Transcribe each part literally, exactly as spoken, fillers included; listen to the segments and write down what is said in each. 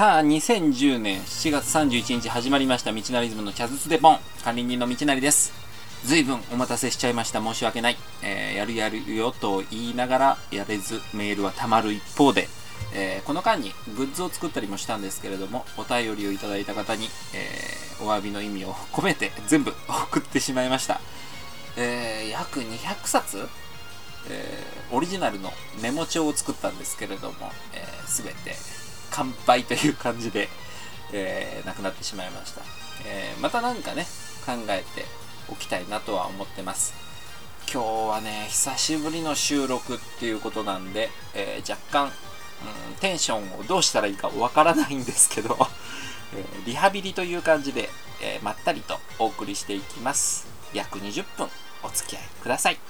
さあ、にせんじゅうねんしちがつさんじゅういちにち始まりました道なりズムの茶筒デポン。管理人の道なりです。ずいぶんお待たせしちゃいました。申し訳ない。えー、やるやるよと言いながらやれずメールはたまる一方で、えー、この間にグッズを作ったりもしたんですけれども、お便りをいただいた方に、えー、お詫びの意味を込めて全部送ってしまいました。えー、約にひゃくさつ、えー、オリジナルのメモ帳を作ったんですけれども、えー、全て完売という感じで、えー、なくなってしまいました。えー、また何かね考えておきたいなとは思ってます。今日はね久しぶりの収録っていうことなんで、えー、若干、うん、テンションをどうしたらいいかわからないんですけど、えー、リハビリという感じで、えー、まったりとお送りしていきます。約にじゅっぷんお付き合いください。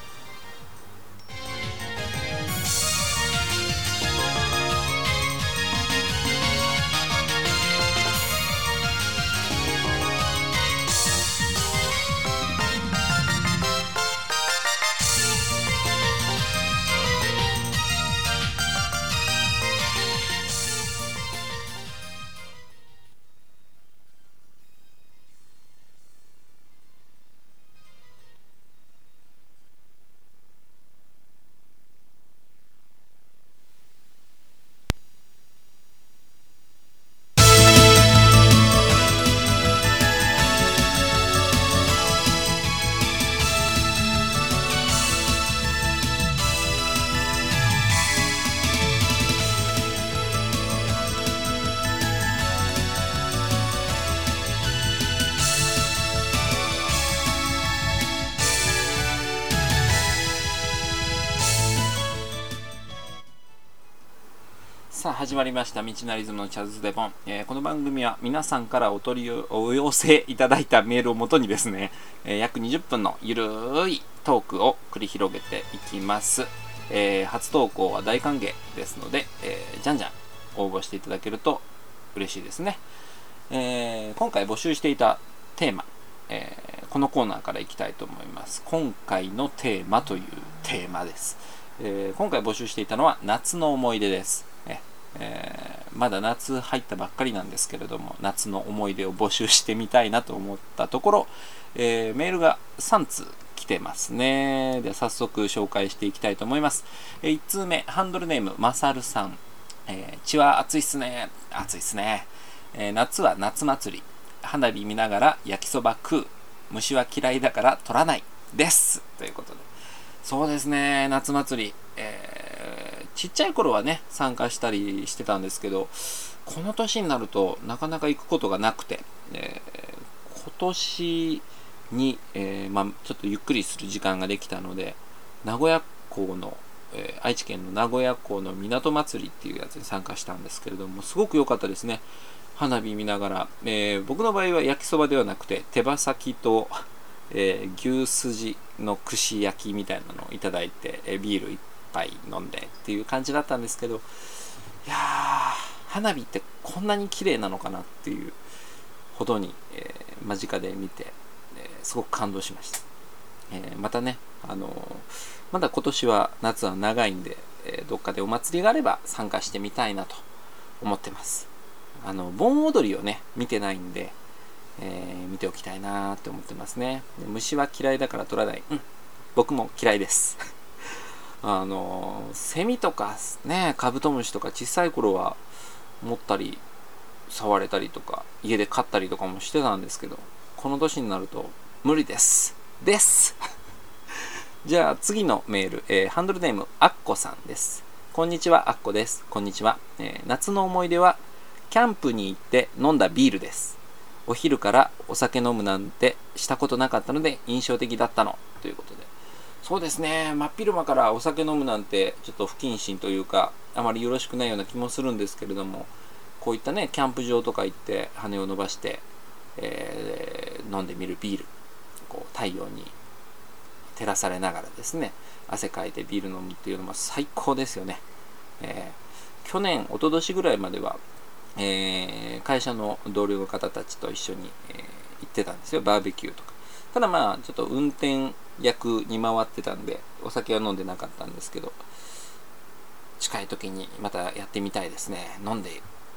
さあ始まりました道なりズムのチャズデポン、えー、この番組は皆さんからお取りお寄せいただいたメールをもとにですね、えー、約にじゅっぷんのゆるいトークを繰り広げていきます。えー、初投稿は大歓迎ですので、えー、じゃんじゃん応募していただけると嬉しいですね。えー、今回募集していたテーマ、えー、このコーナーからいきたいと思います。今回のテーマというテーマです。えー、今回募集していたのは夏の思い出です。えー、まだ夏入ったばっかりなんですけれども、夏の思い出を募集してみたいなと思ったところ、えー、メールがさんつう来てますね。では早速紹介していきたいと思います。えー、いちつうめ、ハンドルネームまさるさん、えー、血は暑いっすね。暑いっすね。えー、夏は夏祭り、花火見ながら焼きそば食う、虫は嫌いだから取らないですということで、そうですね、夏祭り、えーちっちゃい頃はね参加したりしてたんですけど、この年になるとなかなか行くことがなくて、えー、今年に、えーまあ、ちょっとゆっくりする時間ができたので、名古屋港の、えー、愛知県の名古屋港の港祭りっていうやつに参加したんですけれども、すごく良かったですね。花火見ながら、えー、僕の場合は焼きそばではなくて手羽先と、えー、牛すじの串焼きみたいなのをいただいて、えー、ビールいっぱい飲んでっていう感じだったんですけど、いやー、花火ってこんなに綺麗なのかなっていうほどに、えー、間近で見て、えー、すごく感動しました。えー、またね、あのー、まだ今年は夏は長いんで、えー、どっかでお祭りがあれば参加してみたいなと思ってます。あの盆踊りをね見てないんで、えー、見ておきたいなって思ってますね。で、虫は嫌いだから取らない、うん、僕も嫌いですあのセミとかね、カブトムシとか小さい頃は持ったり触れたりとか家で飼ったりとかもしてたんですけど、この年になると無理ですですじゃあ次のメール、えー、ハンドルネームあっこさんです。こんにちは、あっこです。こんにちは、えー、夏の思い出はキャンプに行って飲んだビールです。お昼からお酒飲むなんてしたことなかったので印象的だったのということで、そうですね、真っ昼間からお酒飲むなんてちょっと不謹慎というかあまりよろしくないような気もするんですけれども、こういったねキャンプ場とか行って羽を伸ばして、えー、飲んでみるビール、こう太陽に照らされながらですね汗かいてビール飲むっていうのも最高ですよね。えー、去年一昨年ぐらいまでは、えー、会社の同僚の方たちと一緒に、えー、行ってたんですよ、バーベキューとか。ただまあちょっと運転役に回ってたんでお酒は飲んでなかったんですけど、近い時にまたやってみたいですね。飲んで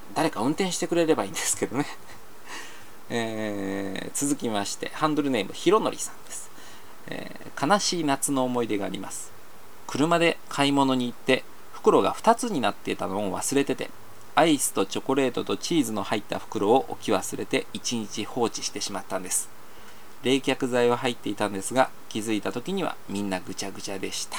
誰か運転してくれればいいんですけどね。えー、続きまして、ハンドルネームひろのりさんです。えー、悲しい夏の思い出があります。車で買い物に行って袋がふたつになっていたのを忘れてて、アイスとチョコレートとチーズの入った袋を置き忘れていちにち放置してしまったんです。冷却剤は入っていたんですが、気づいた時にはみんなぐちゃぐちゃでした。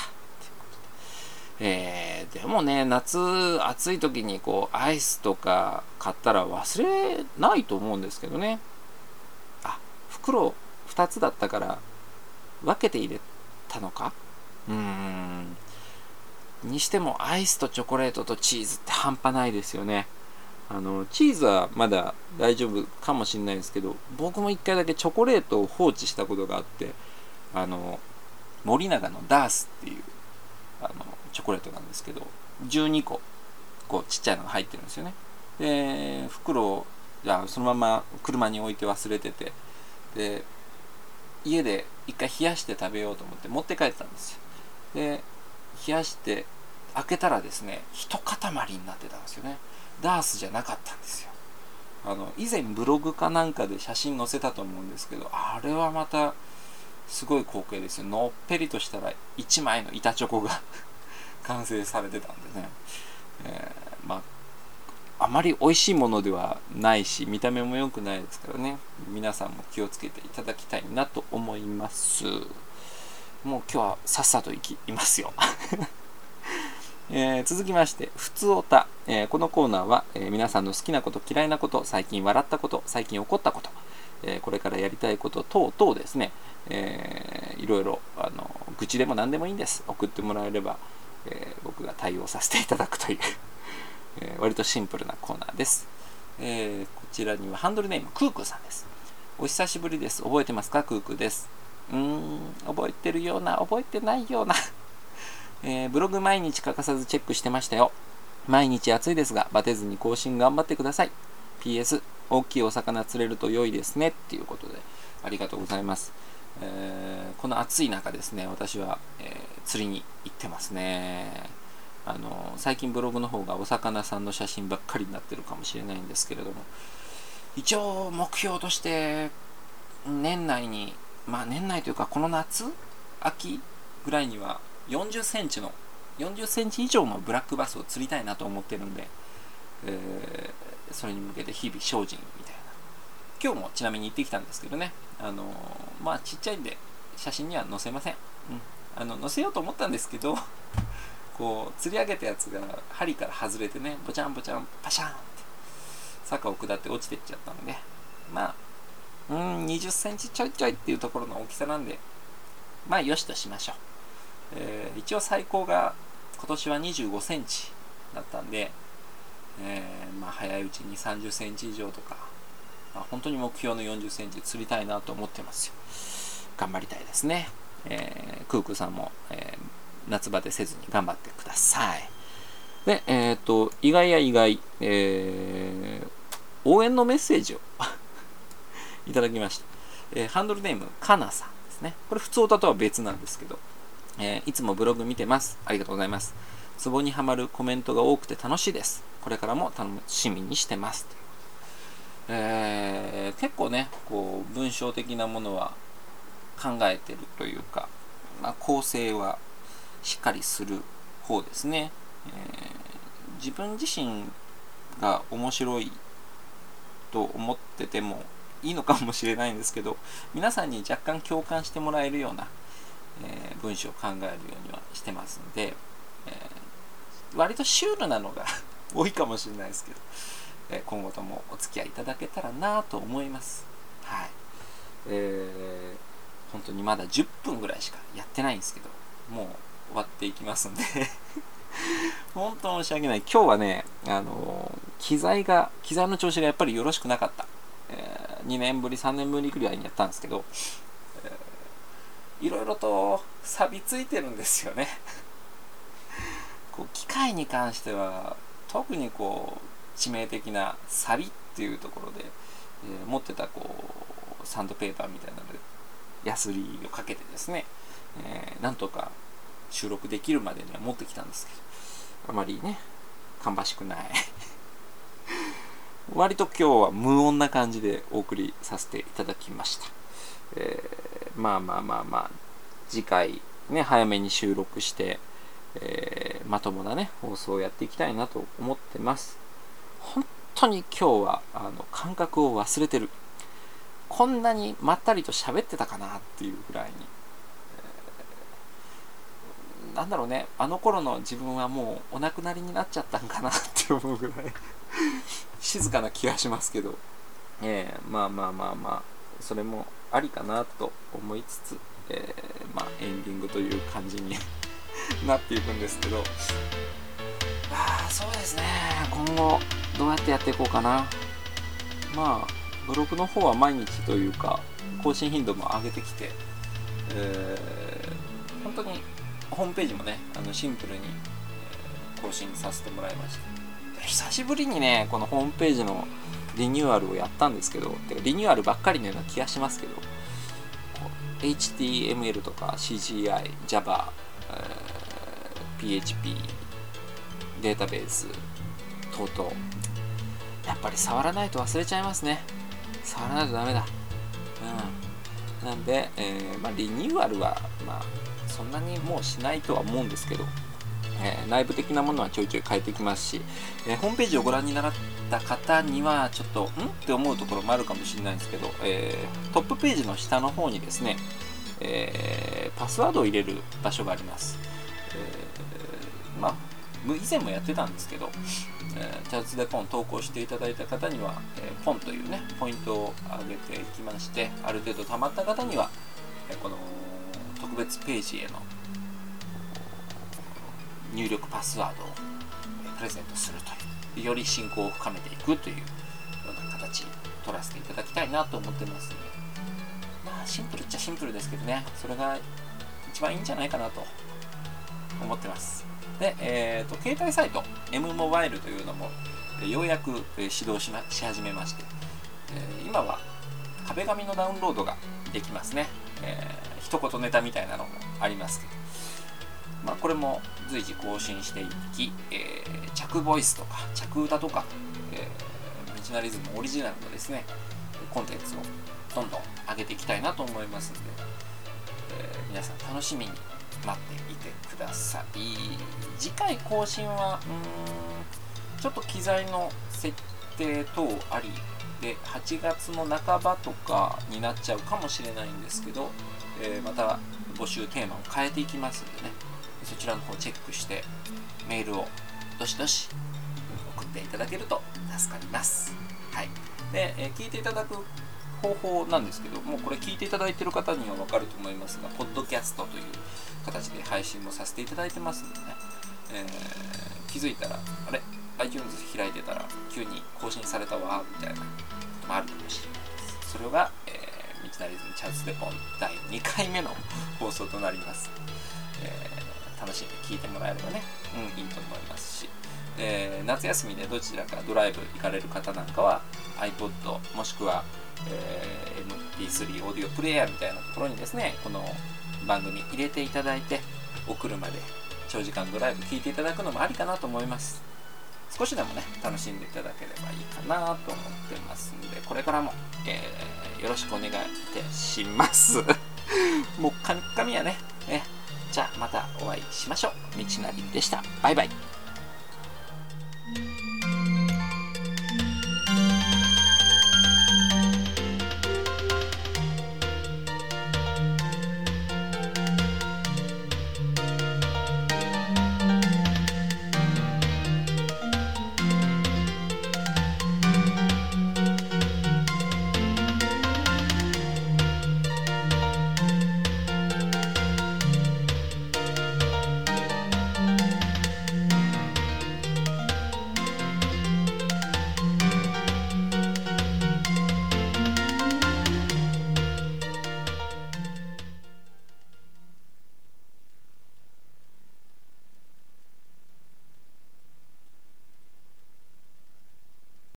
えー、でもね、夏暑い時にこうアイスとか買ったら忘れないと思うんですけどね。あ、袋ふたつだったから分けて入れたのか。うーんにしてもアイスとチョコレートとチーズって半端ないですよね。あのチーズはまだ大丈夫かもしれないですけど、僕もいっかいだけチョコレートを放置したことがあって、あの森永のダースっていうあのチョコレートなんですけど、じゅうにここうちっちゃいのが入ってるんですよね。で袋をじゃあそのまま車に置いて忘れてて、で家で一回冷やして食べようと思って持って帰ったんですよ。で冷やして開けたらですね、一塊になってたんですよね。ダースじゃなかったんですよ。あの以前ブログかなんかで写真載せたと思うんですけど、あれはまたすごい光景ですよ。のっぺりとしたらいちまいの板チョコが完成されてたんでね、えー、まああまり美味しいものではないし、見た目も良くないですからね、皆さんも気をつけていただきたいなと思います。もう今日はさっさといきますよ。えー、続きまして、ふつおた、えー、このコーナーは、えー、皆さんの好きなこと、嫌いなこと、最近笑ったこと、最近起こったこと、えー、これからやりたいこと等々ですね、えー、いろいろあの愚痴でも何でもいいんです。送ってもらえれば、えー、僕が対応させていただくという、えー、割とシンプルなコーナーです。えー、こちらにはハンドルネームクークーさんです。お久しぶりです。覚えてますか？クークーです。うーん覚えてるような覚えてないようなえー、ブログ毎日欠かさずチェックしてましたよ。毎日暑いですがバテずに更新頑張ってください。 ピーエス 大きいお魚釣れると良いですねっていうことで、ありがとうございます。えー、この暑い中ですね、私は、えー、釣りに行ってますね。あの最近ブログの方がお魚さんの写真ばっかりになってるかもしれないんですけれども、一応目標として年内に、まあ年内というかこの夏秋ぐらいにはよんじゅっセンチのよんじゅっセンチ以上のブラックバスを釣りたいなと思ってるんで、えー、それに向けて日々精進みたいな。今日もちなみに行ってきたんですけどね、あのー、まあちっちゃいんで写真には載せません、うん、あの載せようと思ったんですけどこう釣り上げたやつが針から外れてね、ボチャンボチャンパシャーンって坂を下って落ちてっちゃったので、まあうんにじゅっセンチちょいちょいっていうところの大きさなんで、まあよしとしましょう。えー、一応最高が今年はにじゅうごセンチだったんで、えー、まあ早いうちにさんじゅっセンチ以上とか、まあ、本当に目標のよんじゅっセンチ釣りたいなと思ってますよ。頑張りたいですね。えー、クークーさんも、えー、夏バテせずに頑張ってください。で、えっ、ー、と意外や意外、えー、応援のメッセージをいただきました。えー、ハンドルネームかなさんですね。これ普通歌とは別なんですけど、えー、いつもブログ見てます。ありがとうございます。ツボにはまるコメントが多くて楽しいです。これからも楽しみにしてます。えー、結構ね、こう文章的なものは考えてるというか、まあ、構成はしっかりする方ですね。えー、自分自身が面白いと思っててもいいのかもしれないんですけど、皆さんに若干共感してもらえるようなえー、文章を考えるようにはしてますので、えー、割とシュールなのが多いかもしれないですけど、えー、今後ともお付き合いいただけたらなと思います。はい。えー、本当にまだじゅっぷんぐらいしかやってないんですけど、もう終わっていきますんで本当申し訳ない。今日はね、あのー、機材が機材の調子がやっぱりよろしくなかった。えー、にねんぶりさんねんぶりくらいにやったんですけど、いろいろと錆びついてるんですよねこう機械に関しては特にこう致命的な錆びっていうところで、えー、持ってたこうサンドペーパーみたいなのでヤスリをかけてですね、えー、なんとか収録できるまでには持ってきたんですけど、あまりね芳しくない割と今日は無音な感じでお送りさせていただきました。えー、まあまあまあまあ次回ね早めに収録して、えー、まともなね放送をやっていきたいなと思ってます。本当に今日はあの感覚を忘れてる。こんなにまったりと喋ってたかなっていうぐらいに、えー、なんだろうね、あの頃の自分はもうお亡くなりになっちゃったんかなって思うぐらい静かな気がしますけど、えー、まあまあまあまあそれもありかなと思いつつ、えー、まあエンディングという感じになっていくんですけど、ああそうですね、今後どうやってやっていこうかな。まあブログの方は毎日というか更新頻度も上げてきて、えー、本当にホームページもねあのシンプルに、えー、更新させてもらいました。久しぶりにねこのホームページのリニューアルをやったんですけど、てかリニューアルばっかりのような気がしますけど、エイチティーエムエル とか シージーアイ、Java、えー、ピーエイチピー、データベース等々やっぱり触らないと忘れちゃいますね。触らないとダメだ。うん。なんで、えーまあ、リニューアルは、まあ、そんなにもうしないとは思うんですけど、えー、内部的なものはちょいちょい変えていきますし、えー、ホームページをご覧になられた方にはちょっとんって思うところもあるかもしれないんですけど、えー、トップページの下の方にですね、えー、パスワードを入れる場所があります。えー、まあ以前もやってたんですけど、えー、チャズでポン投稿していただいた方には、えー、ポンというねポイントを上げていきまして、ある程度溜まった方には、えー、この特別ページへの入力パスワードをプレゼントするという、より進行を深めていくというような形を取らせていただきたいなと思ってますので、まあシンプルっちゃシンプルですけどね、それが一番いいんじゃないかなと思ってます。で、えーと、携帯サイト M モバイルというのもようやく始動し、ま、し始めまして、えー、今は壁紙のダウンロードができますね。えー、一言ネタみたいなのもありますけど、まあ、これも随時更新していき、えー、着ボイスとか着歌とか、えー、ミチナリズムオリジナルのですねコンテンツをどんどん上げていきたいなと思いますので、えー、皆さん楽しみに待っていてください。次回更新はうーんちょっと機材の設定等ありではちがつの半ばとかになっちゃうかもしれないんですけど、えー、また募集テーマを変えていきますんでね、そちらの方チェックしてメールをどしどし送っていただけると助かります。はい。で、えー、聞いていただく方法なんですけど、もうこれ聞いていただいている方には分かると思いますが、ポッドキャストという形で配信もさせていただいてますのでね、えー、気づいたらあれ iTunes 開いてたら急に更新されたわみたいなこともあるかもしれないです。それが、えー、ミチナリズムチャズデポンだいにかいめの放送となります。えー、楽しんで聞いてもらえればね、うん、いいと思いますし、えー、夏休みでどちらかドライブ行かれる方なんかは iPod もしくは、えー、エムピースリー オーディオプレイヤーみたいなところにですねこの番組入れていただいて、お車で長時間ドライブ聞いていただくのもありかなと思います。少しでもね楽しんでいただければいいかなと思ってますんで、これからも、えー、よろしくお願いいたしますもうカミカミやね。えじゃあまたお会いしましょう。みちなりでした。バイバイ。